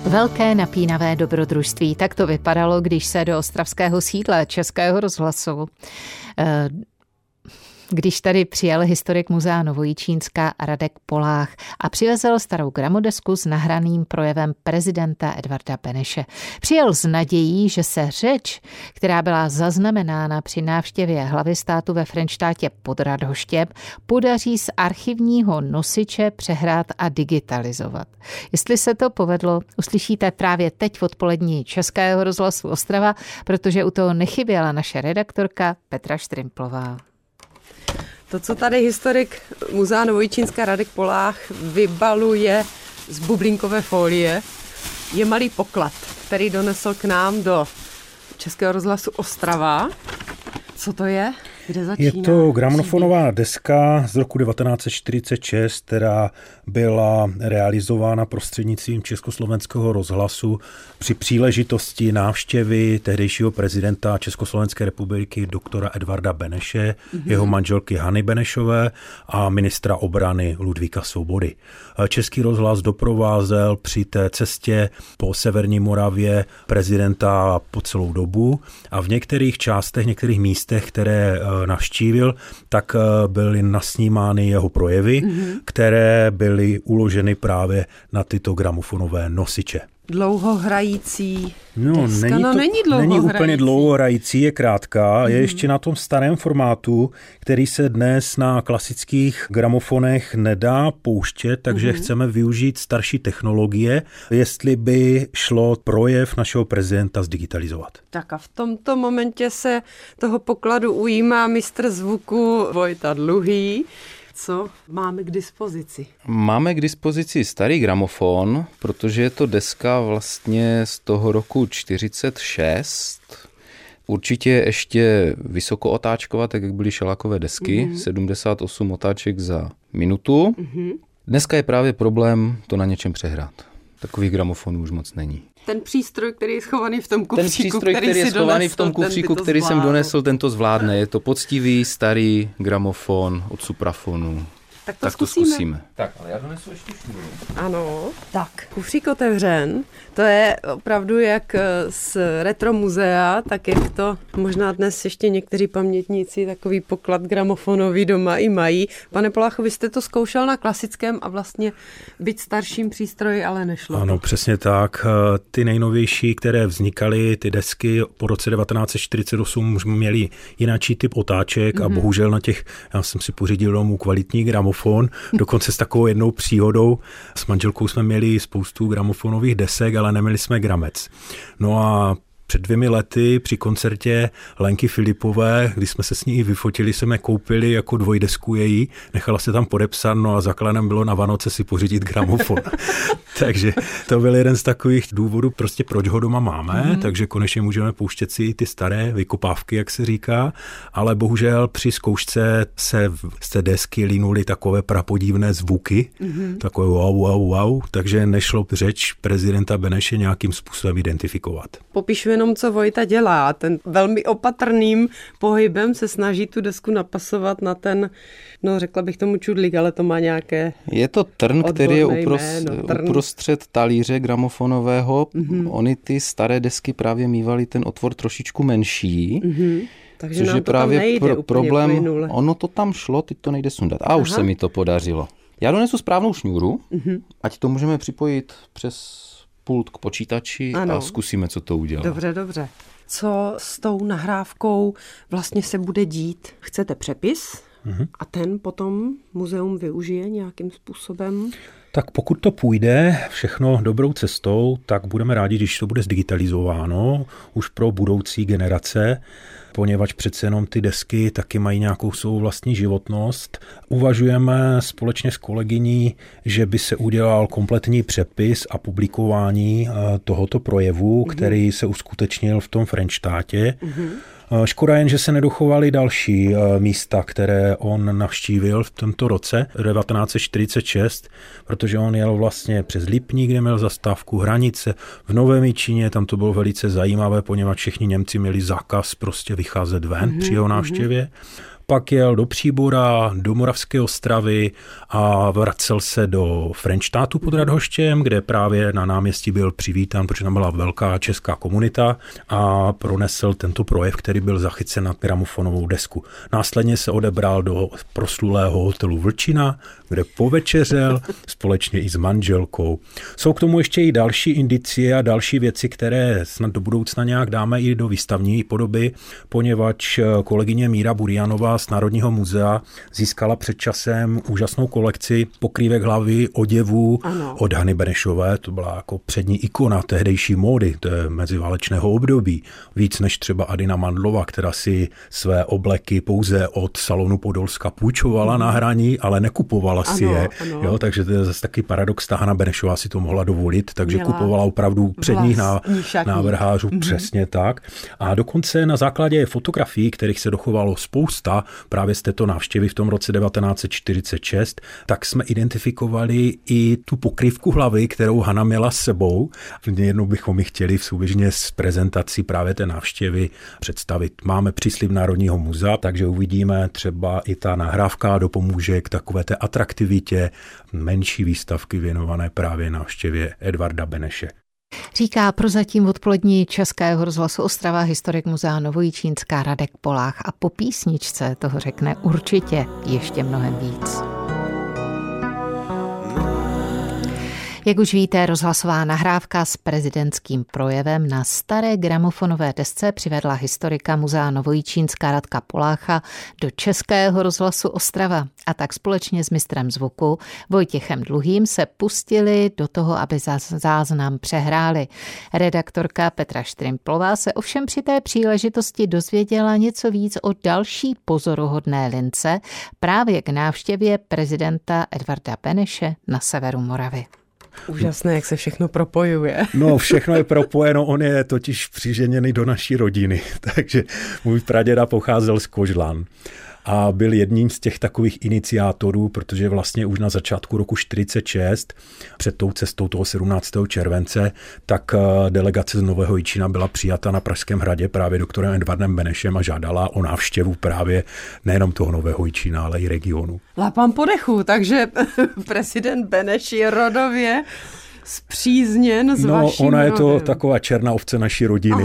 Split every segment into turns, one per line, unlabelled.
Velké napínavé dobrodružství. Tak to vypadalo, když se do ostravského sídla Českého rozhlasu když tady přijel historik muzea Novojičínska Radek Polách a přivezl starou gramodesku s nahraným projevem prezidenta Edvarda Beneše. Přijel s nadějí, že se řeč, která byla zaznamenána při návštěvě hlavy státu ve Frenštátě pod Radhoštěm, podaří z archivního nosiče přehrát a digitalizovat. Jestli se to povedlo, uslyšíte právě teď v odpolední Českého rozhlasu Ostrava, protože u toho nechyběla naše redaktorka Petra Štrimplová.
To, co tady historik muzea Novojičínska Radek Polách vybaluje z bublinkové folie, je malý poklad, který donesl k nám do Českého rozhlasu Ostrava. Co to je? Kde začíná?
Je to gramofonová deska z roku 1946, která byla realizována prostřednictvím Československého rozhlasu při příležitosti návštěvy tehdejšího prezidenta Československé republiky doktora Edvarda Beneše, jeho manželky Hany Benešové a ministra obrany Ludvíka Svobody. Český rozhlas doprovázel při té cestě po severní Moravě prezidenta po celou dobu a v některých částech, některých místech, které navštívil, tak byly nasnímány jeho projevy, které byly uloženy právě na tyto gramofonové nosiče.
Dlouhohrající deska.
Není úplně dlouhohrající, je krátká, je ještě na tom starém formátu, který se dnes na klasických gramofonech nedá pouštět, takže chceme využít starší technologie, jestli by šlo projev našeho prezidenta zdigitalizovat.
Tak a v tomto momentě se toho pokladu ujímá mistr zvuku Vojta Dluhý. Co máme k dispozici?
Máme k dispozici starý gramofon, protože je to deska vlastně z toho roku 46. Určitě ještě vysokootáčková, tak jak byly šelákové desky, 78 otáček za minutu. Dneska je právě problém to na něčem přehrát. Takových gramofonů už moc není.
Ten přístroj, který je schovaný v tom kufříku,
který jsem donesl, ten to zvládne. Je to poctivý, starý gramofon od Suprafonu.
Tak to zkusíme.
Tak, ale já donesu ještě šňůru.
Ano. Tak, kufřík otevřen. To je opravdu jak z retro muzea, tak jak to možná dnes ještě někteří pamětníci takový poklad gramofonový doma i mají. Pane Polácho, vy jste to zkoušel na klasickém a vlastně být starším přístroji, ale nešlo.
Ano, přesně tak. Ty nejnovější, které vznikaly, ty desky po roce 1948 už měly jináčí typ otáček a bohužel na těch, já jsem si pořídil domů kvalitní gramofon, dokonce s takovou jednou příhodou. S manželkou jsme měli spoustu gramofonových desek, ale neměli jsme gramec. No a před 2 lety při koncertě Lenky Filipové, když jsme se s ní vyfotili, jsme koupili jako dvojdesku její, nechala se tam podepsat, no a základem bylo na Vánoce si pořídit gramofon. Takže to byl jeden z takových důvodů, prostě proč ho doma máme, takže konečně můžeme pouštět si ty staré vykopávky, jak se říká, ale bohužel při zkoušce se z té desky linuly takové prapodivné zvuky, takové wow, takže nešlo řeč prezidenta Beneše nějakým způsobem identifikovat.
Popíšu jenom, co Vojta dělá. Ten velmi opatrným pohybem se snaží tu desku napasovat na ten, no řekla bych tomu čudlík, ale to má nějaké
Je to trn, který je uprostřed talíře gramofonového. Ony ty staré desky právě mívaly ten otvor trošičku menší.
Takže nám to právě tam nejde
problém,
plynule.
Ono to tam šlo, teď to nejde sundat. A už se mi to podařilo. Já donesu správnou šňůru, ať to můžeme připojit přes pult k počítači a zkusíme, co to udělá.
Dobře. Co s tou nahrávkou vlastně se bude dít? Chcete přepis a ten potom muzeum využije nějakým způsobem?
Tak pokud to půjde všechno dobrou cestou, tak budeme rádi, když to bude zdigitalizováno už pro budoucí generace, poněvadž přece jenom ty desky taky mají nějakou svou vlastní životnost. Uvažujeme společně s kolegyní, že by se udělal kompletní přepis a publikování tohoto projevu, který se uskutečnil v tom Frenštátě. Škoda jen, že se nedochovaly další místa, které on navštívil v tomto roce 1946, protože on jel vlastně přes Lipník, kde měl zastávku, Hranice, v Novém Jičíně, tam to bylo velice zajímavé, poněvadž všichni Němci měli zákaz prostě vycházet ven při jeho návštěvě. Pak jel do Příbora, do Moravské Ostravy a vracel se do Frenštátu pod Radhoštěm, kde právě na náměstí byl přivítán, protože tam byla velká česká komunita a pronesl tento projev, který byl zachycen na gramofonovou desku. Následně se odebral do proslulého hotelu Vlčina, kde povečeřel společně i s manželkou. Jsou k tomu ještě i další indicie a další věci, které snad do budoucna nějak dáme i do výstavní podoby, poněvadž kolegyně Míra Burianová z Národního muzea získala před časem úžasnou kolekci pokrývek hlavy oděvů od Hany Benešové. To byla jako přední ikona tehdejší módy, to je meziválečného období. Víc než třeba Adina Mandlová, která si své obleky pouze od salonu Podolska půjčovala na hraní, ale nekupovala si je. Jo, takže to je zase taky paradox. Ta Hana Benešová si to mohla dovolit, takže kupovala opravdu předních návrhářů, přesně tak. A dokonce na základě fotografií, kterých se dochovalo spousta právě z této návštěvy v tom roce 1946, tak jsme identifikovali i tu pokrývku hlavy, kterou Hana měla s sebou. Jednou bychom ji chtěli v souběžně s prezentací právě té návštěvy představit. Máme příslib Národního muzea, takže uvidíme třeba i ta nahrávka dopomůže k takové té atraktivitě menší výstavky věnované právě návštěvě Edvarda Beneše.
Říká prozatím odpolední Českého rozhlasu Ostrava historik muzea Novojičínská Radek Polách a po písničce toho řekne určitě ještě mnohem víc. Jak už víte, rozhlasová nahrávka s prezidentským projevem na staré gramofonové desce přivedla historika muzea Novojičínská Radka Polácha do Českého rozhlasu Ostrava. A tak společně s mistrem zvuku Vojtěchem Dluhým se pustili do toho, aby záznam přehráli. Redaktorka Petra Štrimplová se ovšem při té příležitosti dozvěděla něco víc o další pozoruhodné lince právě k návštěvě prezidenta Edvarda Beneše na severu Moravy.
Úžasné, jak se všechno propojuje.
No, všechno je propojeno, on je totiž přiženěný do naší rodiny, takže můj praděda pocházel z Kožlan a byl jedním z těch takových iniciátorů, protože vlastně už na začátku roku 1946, před tou cestou toho 17. července, tak delegace z Nového Jičína byla přijata na Pražském hradě právě doktorem Edvardem Benešem a žádala o návštěvu právě nejenom toho Nového Jičína, ale i regionu.
Lapám po dechu, takže prezident Beneš je rodově spřízněn s vaším
ona je
rodem.
to taková černá ovce naší rodiny.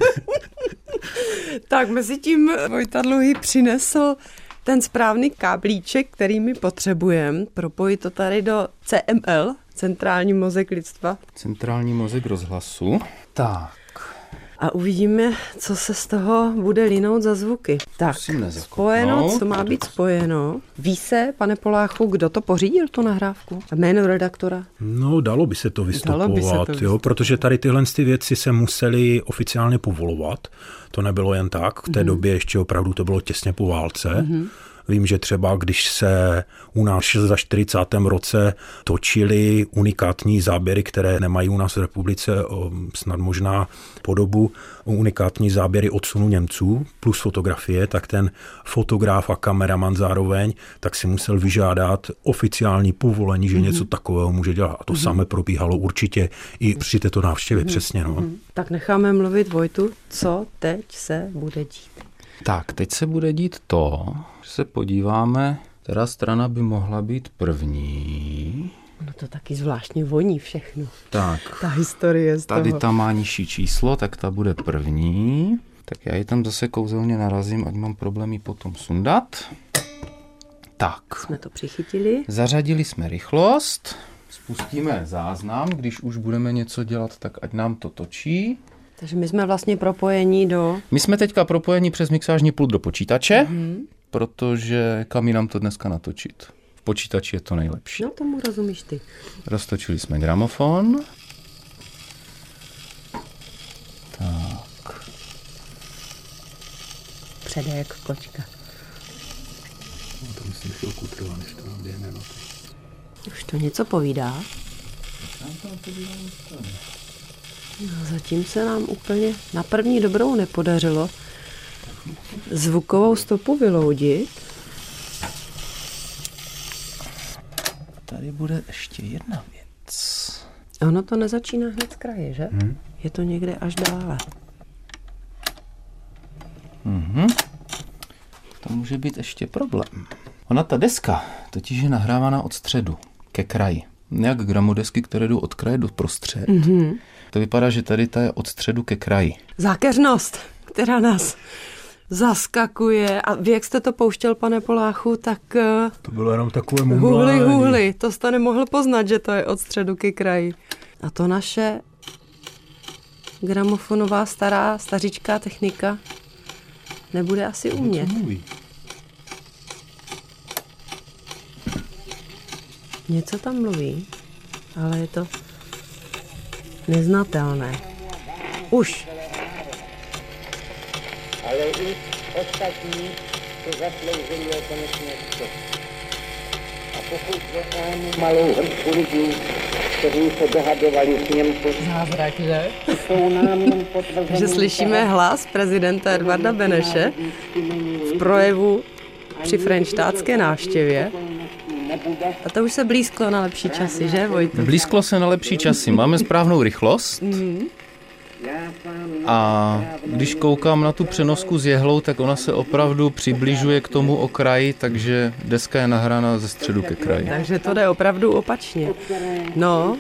Tak mezi tím Vojta Dluhý přinesl ten správný káblíček, který my potřebujeme. Propojit to tady do CML, Centrální mozek lidstva.
Centrální mozek rozhlasu. Tak.
A uvidíme, co se z toho bude linout za zvuky. Tak, spojeno, co má být spojeno. Ví se, pane Poláchu, kdo to pořídil, tu nahrávku? Jméno redaktora?
No, dalo by se to vystupovat, protože tady tyhle věci se musely oficiálně povolovat. To nebylo jen tak, v té době ještě opravdu to bylo těsně po válce. Vím, že třeba když se u nás za 40. roce točily unikátní záběry, které nemají u nás v republice snad možná podobu, unikátní záběry odsunu Němců plus fotografie, tak ten fotograf a kameraman zároveň, tak si musel vyžádat oficiální povolení, že něco takového může dělat. A to samé probíhalo určitě i při této návštěvě, přesně. No.
Tak necháme mluvit Vojtu, co teď se bude dít.
Tak, teď se bude dít to, že se podíváme, která strana by mohla být první.
No to taky zvláštně voní všechno.
Tak,
ta historie z
tady
toho.
ta má nižší číslo, tak ta bude první. Tak já ji tam zase kouzelně narazím, ať mám problém ji potom sundat. Tak.
Jsme to přichytili.
Zařadili jsme rychlost. Spustíme záznam, když už budeme něco dělat, tak ať nám to točí.
Takže my jsme vlastně propojení do...
My jsme teďka propojení přes mixážní pult do počítače, protože kam nám to dneska natočit? V počítači je to nejlepší.
No tomu rozumíš ty.
Roztočili jsme gramofon. Tak.
Předek, kočka.
No, to myslím chvilku trvá, než to nám běhne na to.
Už to něco povídá. No, zatím se nám úplně na první dobrou nepodařilo zvukovou stopu vyloudit.
Tady bude ještě jedna věc.
Ono to nezačíná hned z kraje, že? Je to někde až dále.
to může být ještě problém. Ona ta deska totiž je nahrávána od středu ke kraji. Jak gramodesky, které jdou od kraje do prostřed. To vypadá, že tady ta je od středu ke kraji.
Zákeřnost, která nás zaskakuje. A vy, jak jste to pouštěl, pane Poláchu, tak...
To bylo jenom takové mumlání.
Hůly, to jste nemohl poznat, že to je od středu ke kraji. A to naše gramofonová stařičká technika nebude asi umět. Něco tam mluví, ale je to neznatelné. Už.
Ale i ostatní se zasloužili o konečné vstup. A pokud jde o malou hrstku lidí, kteří se dohadovali s Němci,
Zázrak, že?
jsou nám jen potvrzení.
Takže slyšíme hlas prezidenta Edvarda Beneše v projevu při frenštátské návštěvě. A to už se blízklo na lepší časy, že, Vojto?
Blízklo se na lepší časy. Máme správnou rychlost. A když koukám na tu přenosku s jehlou, tak ona se opravdu přibližuje k tomu okraji, takže deska je nahrána ze středu ke kraji.
Takže to jde opravdu opačně. No.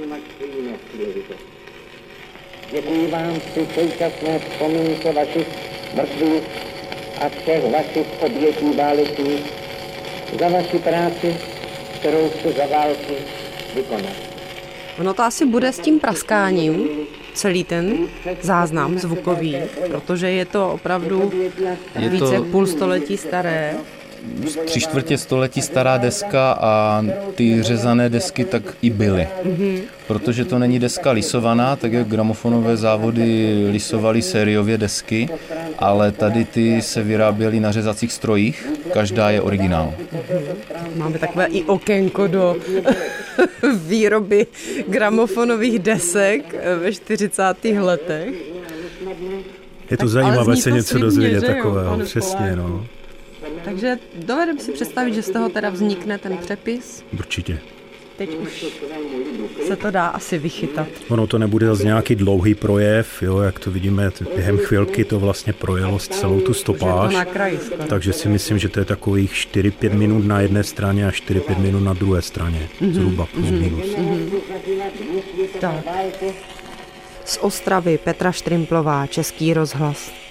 Děkuji vám při současné vzpomínce vašich mrtvých a všech vašich obětí válečných za vaši práci, kterou jste za války vykonali.
Ono to asi bude s tím praskáním, celý ten záznam zvukový, protože je to opravdu více jak půl století staré.
3/4 století stará deska a ty řezané desky tak i byly. Protože to není deska lisovaná, tak jak gramofonové závody lisovaly sériově desky, ale tady ty se vyráběly na řezacích strojích, každá je originál.
Máme takové i okénko do výroby gramofonových desek ve 40. letech.
Je to zajímavé
zní
se
to
něco
slibně,
dozvědět
že jo,
takového,
pane
přesně,
Poláku?
no.
Takže dovedeme si představit, že z toho teda vznikne ten přepis.
Určitě.
Teď už se to dá asi vychytat.
Ono to nebude zase nějaký dlouhý projev, jo, jak to vidíme, během chvilky to vlastně projelo celou tu stopáž.
To na kraji skoro.
Takže si myslím, že to je takových 4-5 minut na jedné straně a 4-5 minut na druhé straně. Zhruba plus minus.
Tak. Z Ostravy Petra Štrimplová, Český rozhlas.